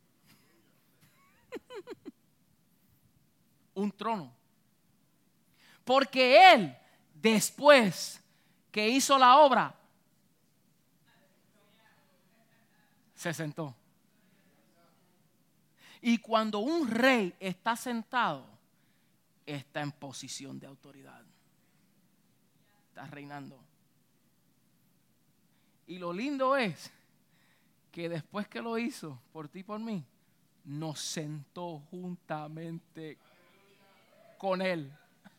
Un trono. Porque Él, después que hizo la obra, se sentó. Y cuando un rey está sentado, está en posición de autoridad. Está reinando. Y lo lindo es que después que lo hizo por ti y por mí, nos sentó juntamente con Él.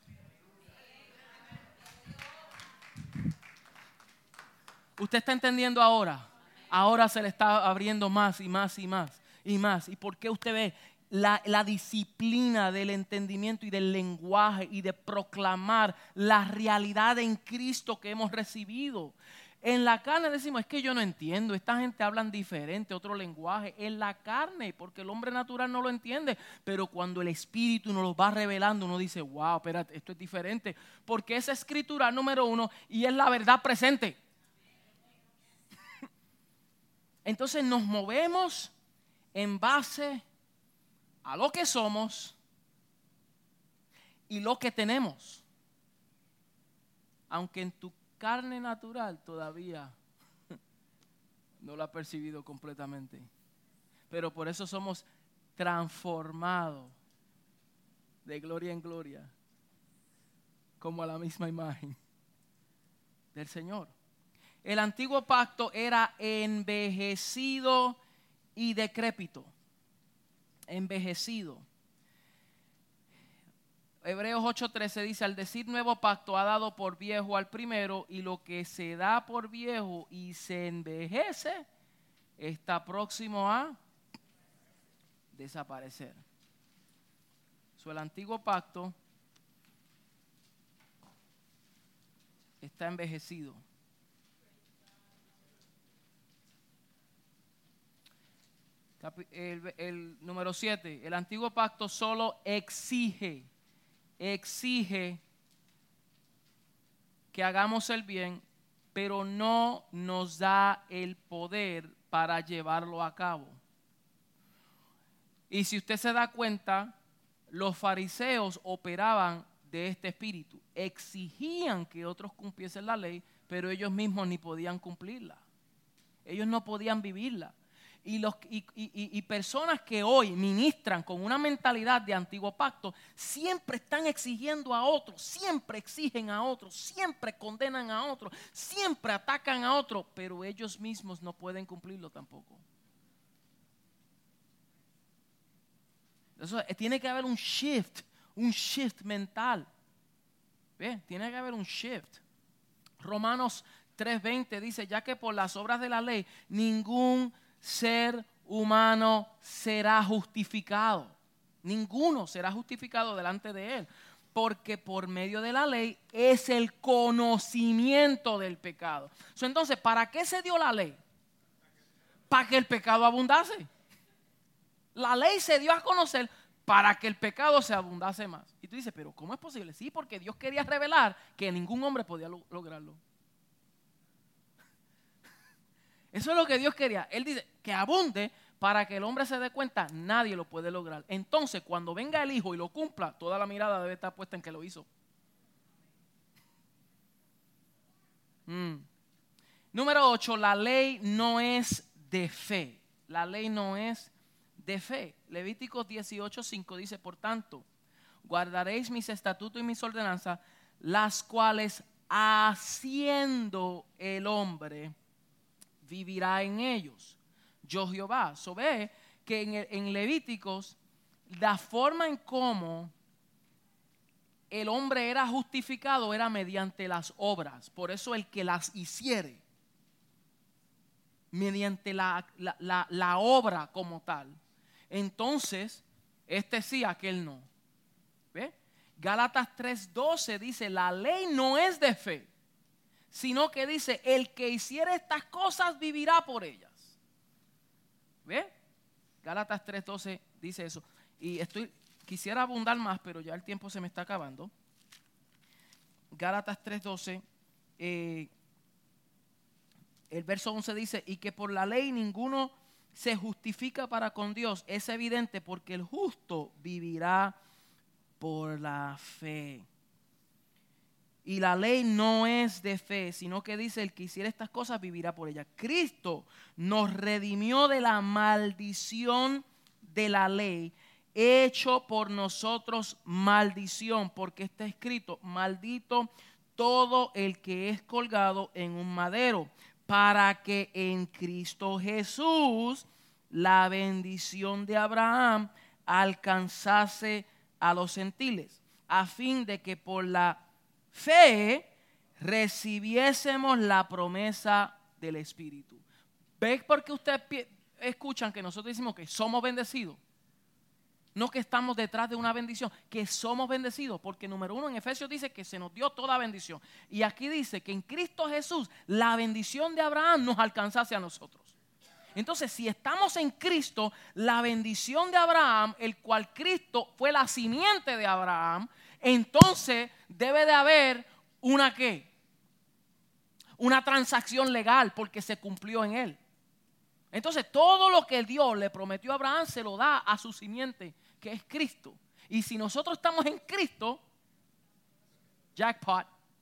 ¿Usted está entendiendo ahora? Ahora se le está abriendo más y más y más y más. ¿Y por qué usted ve la disciplina del entendimiento y del lenguaje y de proclamar la realidad en Cristo que hemos recibido? En la carne decimos, es que yo no entiendo, esta gente habla diferente, otro lenguaje. En la carne, porque el hombre natural no lo entiende, pero cuando el Espíritu nos lo va revelando, uno dice, wow, espérate, esto es diferente, porque es escritura número uno y es la verdad presente. Entonces nos movemos en base a lo que somos y lo que tenemos. Aunque en tu carne natural todavía no lo ha percibido completamente. Pero por eso somos transformados de gloria en gloria, como a la misma imagen del Señor. El antiguo pacto era envejecido y decrépito. Envejecido. Hebreos 8:13 dice, al decir nuevo pacto ha dado por viejo al primero, y lo que se da por viejo y se envejece está próximo a desaparecer. El antiguo pacto está envejecido. El número 7, el antiguo pacto solo exige que hagamos el bien, pero no nos da el poder para llevarlo a cabo. Y si usted se da cuenta, los fariseos operaban de este espíritu. Exigían que otros cumpliesen la ley, pero ellos mismos ni podían cumplirla. Ellos no podían vivirla. Y personas que hoy ministran con una mentalidad de antiguo pacto, siempre están exigiendo a otros, siempre exigen a otros, siempre condenan a otros, siempre atacan a otros, pero ellos mismos no pueden cumplirlo tampoco. Eso, tiene que haber un shift mental. ¿Ve? Tiene que haber un shift. Romanos 3:20 dice, ya que por las obras de la ley ningún ser humano será justificado. Ninguno será justificado delante de él. Porque por medio de la ley es el conocimiento del pecado. Entonces, ¿para qué se dio la ley? Para que el pecado abundase. La ley se dio a conocer para que el pecado se abundase más. Y tú dices, pero ¿cómo es posible? Sí, porque Dios quería revelar que ningún hombre podía lograrlo. Eso es lo que Dios quería. Él dice que abunde para que el hombre se dé cuenta, nadie lo puede lograr. Entonces, cuando venga el Hijo y lo cumpla, toda la mirada debe estar puesta en que lo hizo. Número 8, la ley no es de fe. La ley no es de fe. Levíticos 18:5 dice, por tanto, guardaréis mis estatutos y mis ordenanzas, las cuales haciendo el hombre vivirá en ellos. Yo Jehová. So ve que en Levíticos la forma en cómo el hombre era justificado era mediante las obras. Por eso el que las hiciere, mediante la obra como tal. Entonces, este sí, aquel no. ¿Ve? Gálatas 3:12 dice, la ley no es de fe, sino que dice, el que hiciere estas cosas vivirá por ellas. ¿Ve? Gálatas 3:12 dice eso. Y quisiera abundar más, pero ya el tiempo se me está acabando. Gálatas 3:12, el verso 11 dice, y que por la ley ninguno se justifica para con Dios. Es evidente porque el justo vivirá por la fe. Y la ley no es de fe, sino que dice, el que hiciera estas cosas vivirá por ellas. Cristo nos redimió de la maldición de la ley, hecho por nosotros maldición, porque está escrito, maldito todo el que es colgado en un madero, para que en Cristo Jesús la bendición de Abraham alcanzase a los gentiles, a fin de que por la fe recibiésemos la promesa del Espíritu. ¿Ves por qué ustedes escuchan que nosotros decimos que somos bendecidos? No que estamos detrás de una bendición, que somos bendecidos, porque número 1 en Efesios dice que se nos dio toda bendición. Y aquí dice que en Cristo Jesús la bendición de Abraham nos alcanzase a nosotros. Entonces, si estamos en Cristo, la bendición de Abraham, el cual Cristo fue la simiente de Abraham, entonces debe de haber una ¿qué? Una transacción legal, porque se cumplió en él. Entonces, todo lo que Dios le prometió a Abraham se lo da a su simiente, que es Cristo. Y si nosotros estamos en Cristo, jackpot,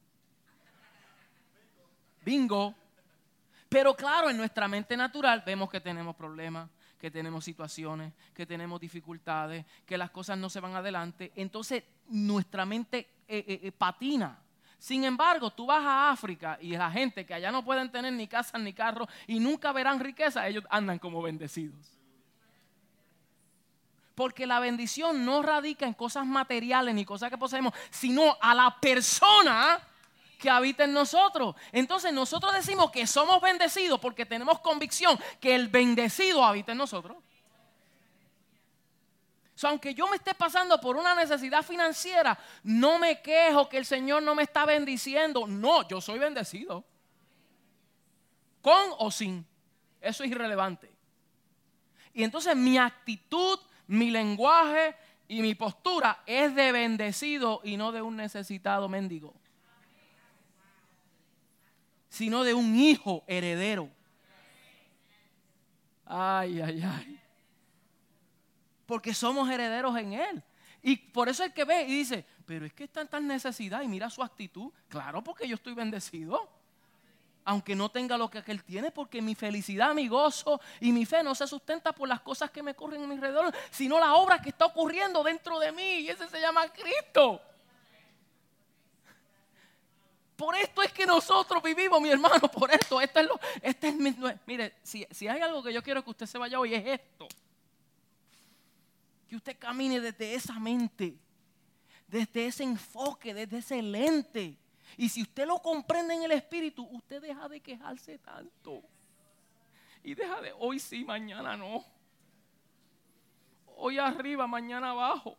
bingo. Pero claro, en nuestra mente natural vemos que tenemos problemas, que tenemos situaciones, que tenemos dificultades, que las cosas no se van adelante. Entonces, nuestra mente patina. Sin embargo, tú vas a África y la gente que allá no pueden tener ni casas ni carros y nunca verán riqueza, ellos andan como bendecidos. Porque la bendición no radica en cosas materiales ni cosas que poseemos, sino a la persona que habita en nosotros. Entonces nosotros decimos que somos bendecidos porque tenemos convicción que el bendecido habita en nosotros. Aunque yo me esté pasando por una necesidad financiera, no me quejo que el Señor no me está bendiciendo. No, yo soy bendecido. Con o sin. Eso es irrelevante. Y entonces mi actitud, mi lenguaje y mi postura es de bendecido y no de un necesitado mendigo. sino de un hijo heredero. Ay, ay, ay. Porque somos herederos en Él. Y por eso el que ve y dice, pero es que está en tal necesidad y mira su actitud. Claro, porque yo estoy bendecido. Aunque no tenga lo que aquel tiene, porque mi felicidad, mi gozo y mi fe no se sustenta por las cosas que me ocurren a mi alrededor, sino la obra que está ocurriendo dentro de mí. Y ese se llama Cristo. Por esto es que nosotros vivimos, mi hermano, por esto. Mire, si hay algo que yo quiero que usted se vaya hoy es esto. Que usted camine desde esa mente, desde ese enfoque, desde ese lente. Y si usted lo comprende en el Espíritu, usted deja de quejarse tanto. Y deja de hoy sí, mañana no. Hoy arriba, mañana abajo.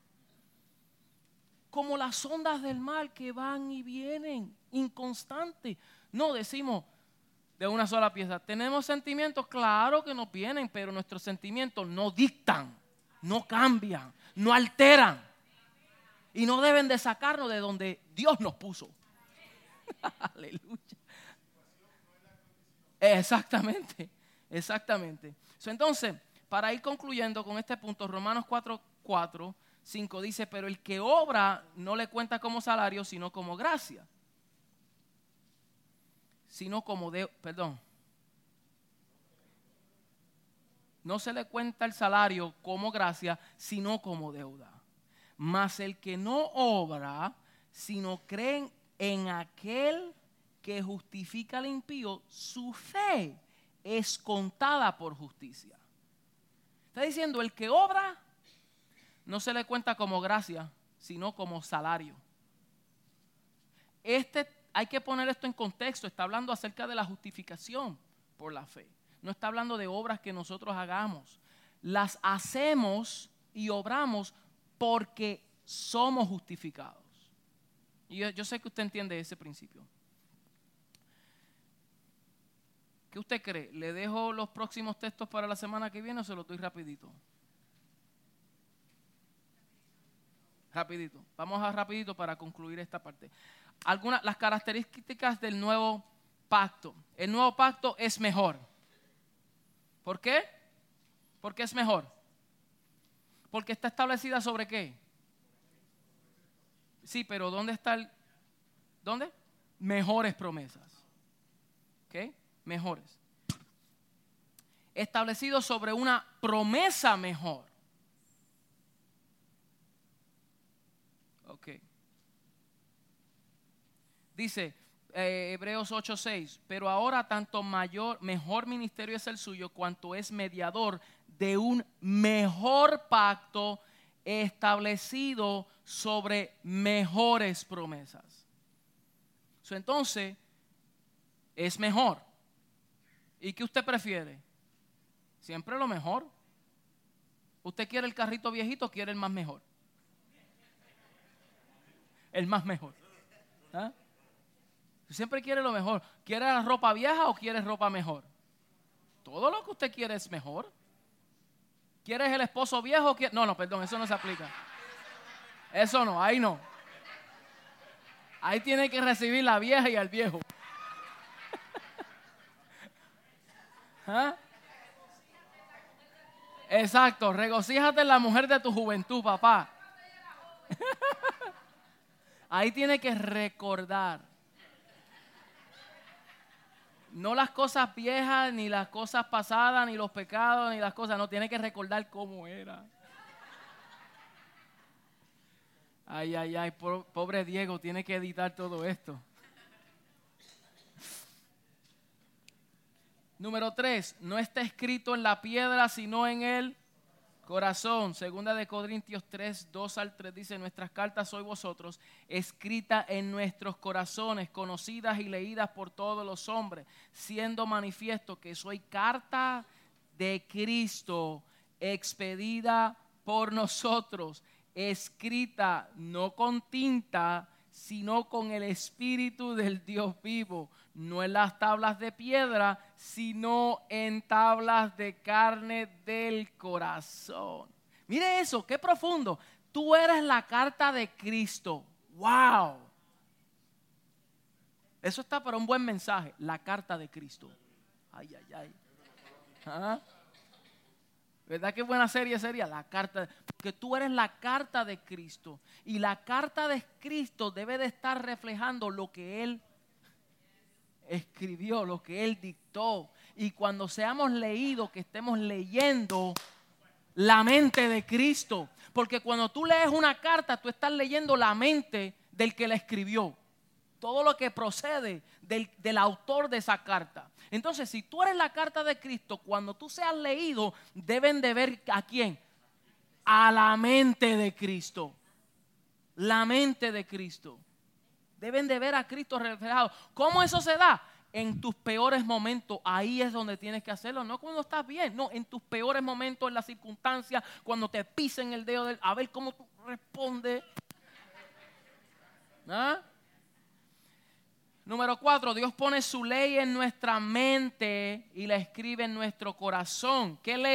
Como las ondas del mar que van y vienen, inconstantes. No decimos de una sola pieza. ¿Tenemos sentimientos? Claro que nos vienen, pero nuestros sentimientos no dictan, no cambian, no alteran. Y no deben de sacarnos de donde Dios nos puso. Aleluya. Exactamente, exactamente. Entonces, para ir concluyendo con este punto, Romanos 4:5 dice, pero el que obra no le cuenta como salario, sino como gracia. No se le cuenta el salario como gracia, sino como deuda. Mas el que no obra, sino cree en aquel que justifica al impío, su fe es contada por justicia. Está diciendo, el que obra no se le cuenta como gracia, sino como salario. Hay que poner esto en contexto. Está hablando acerca de la justificación por la fe. No está hablando de obras que nosotros hagamos. Las hacemos y obramos porque somos justificados. Y yo sé que usted entiende ese principio. ¿Qué usted cree? ¿Le dejo los próximos textos para la semana que viene o se los doy rapidito? Rapidito. Vamos a rapidito para concluir esta parte. Las características del nuevo pacto. El nuevo pacto es mejor. ¿Por qué? Porque es mejor. Porque está establecida sobre qué. Sí, pero ¿dónde está ¿dónde? Mejores promesas. ¿Ok? Mejores. Establecido sobre una promesa mejor. Ok. Dice Hebreos 8:6, pero ahora tanto mejor ministerio es el suyo, cuanto es mediador de un mejor pacto establecido sobre mejores promesas. Entonces, es mejor. ¿Y qué usted prefiere? Siempre lo mejor. ¿Usted quiere el carrito viejito o quiere el más mejor? El más mejor. ¿Ah? Siempre quiere lo mejor. ¿Quiere la ropa vieja o quiere ropa mejor? Todo lo que usted quiere es mejor. ¿Quieres el esposo viejo? No, perdón, eso no se aplica. Eso no, ahí no. Ahí tiene que recibir la vieja y al viejo. ¿Ah? Exacto, regocíjate en la mujer de tu juventud, papá. Ahí tiene que recordar. No las cosas viejas, ni las cosas pasadas, ni los pecados, ni las cosas. No, tiene que recordar cómo era. Ay, ay, ay, pobre Diego, tiene que editar todo esto. Número 3, no está escrito en la piedra, sino en el corazón. Segunda de Corintios 3:2-3 dice, nuestras cartas sois vosotros, escritas en nuestros corazones, conocidas y leídas por todos los hombres, siendo manifiesto que soy carta de Cristo, expedida por nosotros, escrita no con tinta, sino con el Espíritu del Dios vivo, no en las tablas de piedra, sino en tablas de carne del corazón. Mire eso, qué profundo. Tú eres la carta de Cristo. ¡Wow! Eso está para un buen mensaje. La carta de Cristo. Ay, ay, ay. ¿Ah? ¿Verdad qué buena serie sería? La carta. Porque tú eres la carta de Cristo. Y la carta de Cristo debe de estar reflejando lo que Él escribió, lo que Él dictó. Y cuando seamos leídos, que estemos leyendo la mente de Cristo. Porque cuando tú lees una carta, tú estás leyendo la mente del que la escribió. Todo lo que procede del autor de esa carta. Entonces, si tú eres la carta de Cristo, cuando tú seas leído, deben de ver ¿a quién? A la mente de Cristo. La mente de Cristo. Deben de ver a Cristo reflejado. ¿Cómo eso se da? En tus peores momentos, ahí es donde tienes que hacerlo. No cuando estás bien, no, en tus peores momentos, en las circunstancias, cuando te pisen el dedo, a ver cómo tú respondes. ¿Ah? Número 4, Dios pone su ley en nuestra mente y la escribe en nuestro corazón. ¿Qué ley?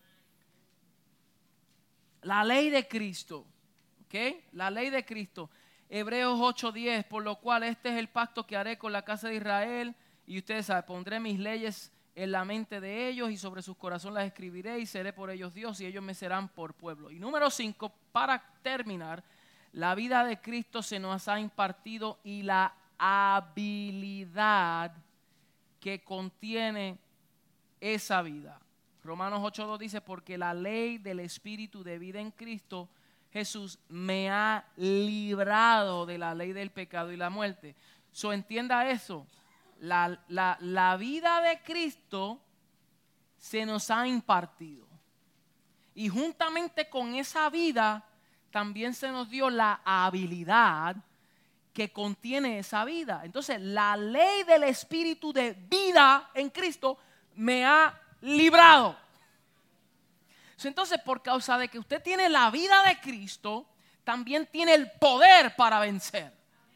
La ley de Cristo. ¿Ok? La ley de Cristo. Hebreos 8:10, por lo cual este es el pacto que haré con la casa de Israel. Y ustedes saben, pondré mis leyes en la mente de ellos y sobre sus corazones las escribiré y seré por ellos Dios y ellos me serán por pueblo. Y número 5, para terminar, la vida de Cristo se nos ha impartido y la habilidad que contiene esa vida. Romanos 8:2 dice, porque la ley del Espíritu de vida en Cristo Jesús me ha librado de la ley del pecado y la muerte. So, entienda eso. La vida de Cristo se nos ha impartido. Y juntamente con esa vida también se nos dio la habilidad que contiene esa vida. Entonces, la ley del Espíritu de vida en Cristo me ha librado. Entonces, por causa de que usted tiene la vida de Cristo, también tiene el poder para vencer.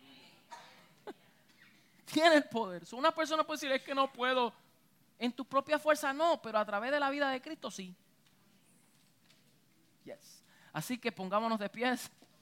Tiene el poder. Una persona puede decir, es que no puedo. En tu propia fuerza no, pero a través de la vida de Cristo sí. Yes. Así que pongámonos de pies.